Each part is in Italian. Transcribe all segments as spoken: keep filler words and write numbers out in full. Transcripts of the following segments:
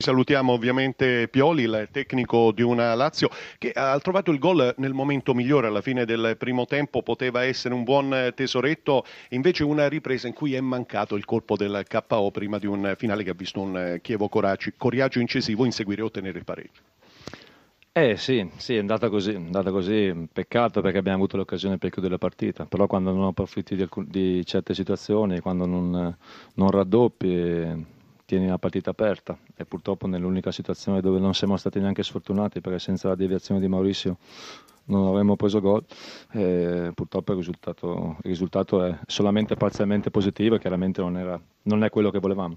Salutiamo ovviamente Pioli, il tecnico di una Lazio che ha trovato il gol nel momento migliore alla fine del primo tempo, poteva essere un buon tesoretto, invece una ripresa in cui è mancato il colpo del K O prima di un finale che ha visto un Chievo Coraggio incisivo inseguire e ottenere il pareggio. Eh sì, sì, è andata così, è andata così, peccato perché abbiamo avuto l'occasione per chiudere la partita, però quando non approfitti di, alcun- di certe situazioni, quando non, non raddoppi, eh, tieni la partita aperta e purtroppo nell'unica situazione dove non siamo stati neanche sfortunati perché senza la deviazione di Maurizio non avremmo preso gol, eh, purtroppo il risultato, il risultato è solamente parzialmente positivo e chiaramente non era- non è quello che volevamo.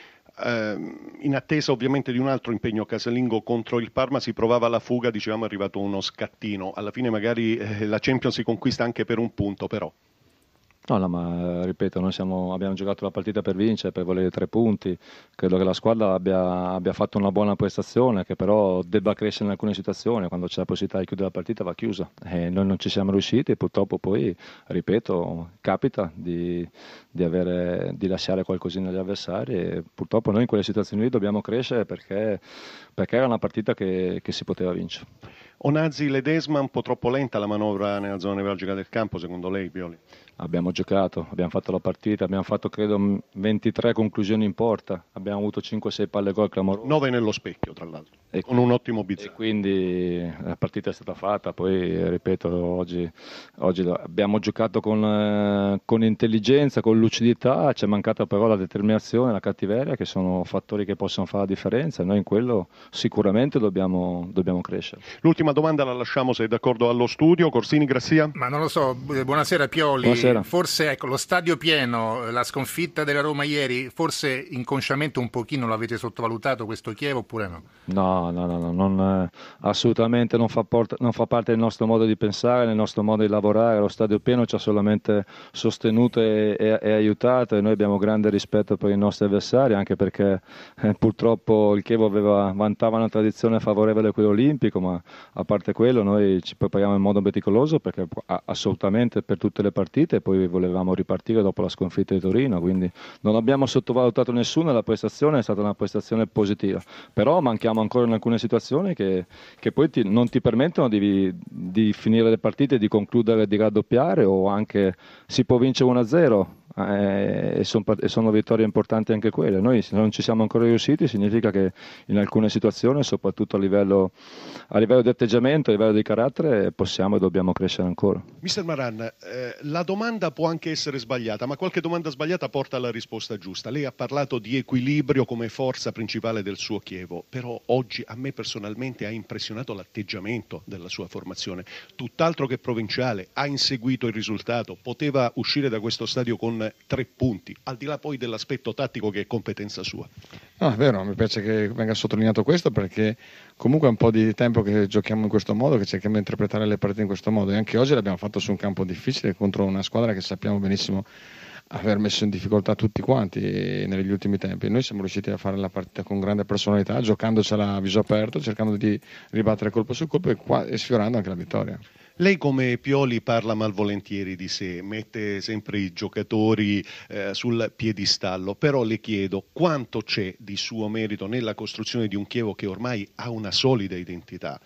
Eh, in attesa ovviamente di un altro impegno casalingo contro il Parma si provava la fuga, dicevamo è arrivato uno scattino, alla fine magari eh, la Champions si conquista anche per un punto però. No, no, ma eh, ripeto, noi siamo- abbiamo giocato la partita per vincere, per volere tre punti. Credo che la squadra abbia, abbia fatto una buona prestazione, che però debba crescere in alcune situazioni. Quando c'è la possibilità di chiudere la partita va chiusa. E noi non ci siamo riusciti e purtroppo poi, ripeto, capita di, di avere- di lasciare qualcosina agli avversari e purtroppo noi in quelle situazioni lì dobbiamo crescere perché, perché era una partita che, che si poteva vincere. Onazzi Ledesma, un po' troppo lenta la manovra nella zona nevralgica del campo, secondo lei, Pioli? Abbiamo giocato, abbiamo fatto la partita, abbiamo fatto credo mh, ventitré conclusioni in porta, abbiamo avuto cinque sei palle gol clamorose nove nello specchio, tra l'altro, e, con qui- un ottimo e Bizzarri. quindi la partita è stata fatta, poi eh, ripeto, oggi, oggi lo- abbiamo giocato con, eh, con intelligenza, con lucidità, ci è mancata però la determinazione e la cattiveria che sono fattori che possono fare la differenza e noi in quello sicuramente dobbiamo, dobbiamo crescere. L'ultima domanda la lasciamo, se è d'accordo, allo studio. Corsini, Grassia? Ma non lo so, bu- buonasera Pioli, Buonasera. forse ecco, lo stadio pieno, la sconfitta della Roma ieri, forse inconsciamente un pochino l'avete sottovalutato questo Chievo oppure no? No, no, no, no, non, eh, assolutamente non fa, porta- non fa parte del nostro modo di pensare, del nostro modo di lavorare. Lo stadio pieno ci ha solamente sostenuto e, e- e aiutato e noi abbiamo grande rispetto per i nostri avversari, anche perché eh, purtroppo il Chievo aveva- vantava una tradizione favorevole a quello olimpico, ma a parte quello noi ci prepariamo in modo meticoloso perché a- assolutamente per tutte le partite e poi volevamo ripartire dopo la sconfitta di Torino, quindi non abbiamo sottovalutato nessuno e la prestazione è stata una prestazione positiva, però manchiamo ancora in alcune situazioni che, che poi ti- non ti permettono di, di finire le partite, di concludere, di raddoppiare o anche si può vincere uno a zero eh, e, son part- e sono vittorie importanti anche quelle. Noi se non ci siamo ancora riusciti significa che in alcune situazioni, soprattutto a livello, a livello di atteggiamento, a livello di carattere, possiamo e dobbiamo crescere ancora. Mister Maran, eh, la domanda può anche essere sbagliata, ma qualche domanda sbagliata porta alla risposta giusta. Lei ha parlato di equilibrio come forza principale del suo Chievo, però oggi a me personalmente ha impressionato l'atteggiamento della sua formazione, tutt'altro che provinciale, ha inseguito il risultato, poteva uscire da questo stadio con tre punti, al di là poi dell'aspetto tattico che è competenza sua. No, è vero, mi piace che venga sottolineato questo perché comunque è un po' di tempo che giochiamo in questo modo, che cerchiamo di interpretare le partite in questo modo e anche oggi l'abbiamo fatto su un campo difficile contro una squadra che sappiamo benissimo aver messo in difficoltà tutti quanti negli ultimi tempi. Noi siamo riusciti a fare la partita con grande personalità, giocandocela a viso aperto, cercando di ribattere colpo su colpo e, qua, e sfiorando anche la vittoria. Lei come Pioli parla malvolentieri di sé, mette sempre i giocatori eh, sul piedistallo, però le chiedo quanto c'è di suo merito nella costruzione di un Chievo che ormai ha una solida identità.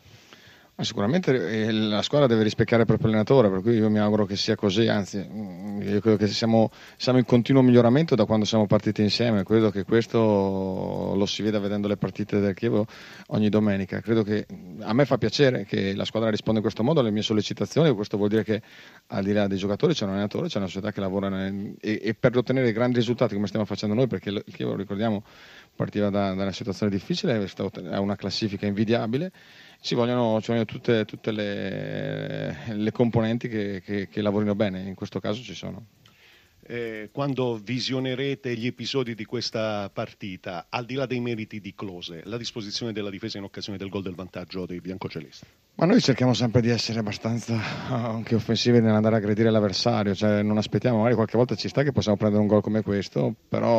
Ma sicuramente eh, la squadra deve rispecchiare proprio l'allenatore, per cui io mi auguro che sia così, anzi mm, io credo che siamo, siamo in continuo miglioramento da quando siamo partiti insieme, credo che questo lo si veda vedendo le partite del Chievo ogni domenica, credo che a me fa piacere che la squadra risponda in questo modo alle mie sollecitazioni, questo vuol dire che al di là dei giocatori c'è un allenatore, c'è una società che lavora nel, e, e per ottenere grandi risultati come stiamo facendo noi, perché il Chievo, ricordiamo, partiva da, da una situazione difficile, ha una classifica invidiabile. Ci vogliono, ci vogliono tutte, tutte le, le componenti che, che, che lavorino bene, in questo caso ci sono. Eh, quando visionerete gli episodi di questa partita, al di là dei meriti di Klose, la disposizione della difesa in occasione del gol del vantaggio dei biancocelesti? Ma noi cerchiamo sempre di essere abbastanza anche offensivi nell'andare a aggredire l'avversario, cioè non aspettiamo, magari qualche volta ci sta che possiamo prendere un gol come questo,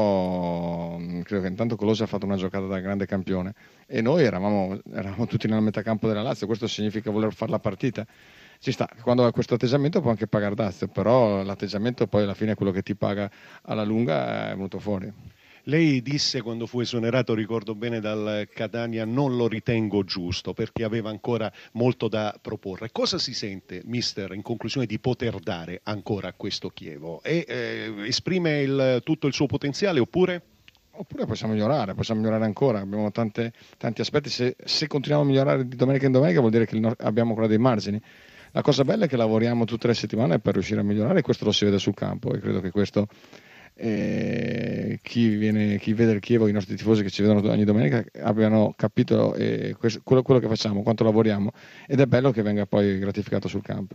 però credo che intanto Klose ha fatto una giocata da grande campione e noi eravamo, eravamo tutti nella metà campo della Lazio, questo significa voler fare la partita. Ci sta, quando hai questo atteggiamento può anche pagare dazio, però l'atteggiamento poi alla fine è quello che ti paga alla lunga, è venuto fuori. Lei disse quando fu esonerato, ricordo bene, dal Catania, non lo ritengo giusto perché aveva ancora molto da proporre. Cosa si sente, mister, in conclusione, di poter dare ancora a questo Chievo? E eh, esprime il, tutto il suo potenziale oppure? Oppure possiamo migliorare, possiamo migliorare ancora, abbiamo tante, tanti aspetti, se, se continuiamo a migliorare di domenica in domenica vuol dire che no, abbiamo ancora dei margini. La cosa bella è che lavoriamo tutte le settimane per riuscire a migliorare e questo lo si vede sul campo e credo che questo eh, chi, viene, chi vede il Chievo, i nostri tifosi che ci vedono ogni domenica abbiano capito eh, questo, quello, quello che facciamo, quanto lavoriamo ed è bello che venga poi gratificato sul campo.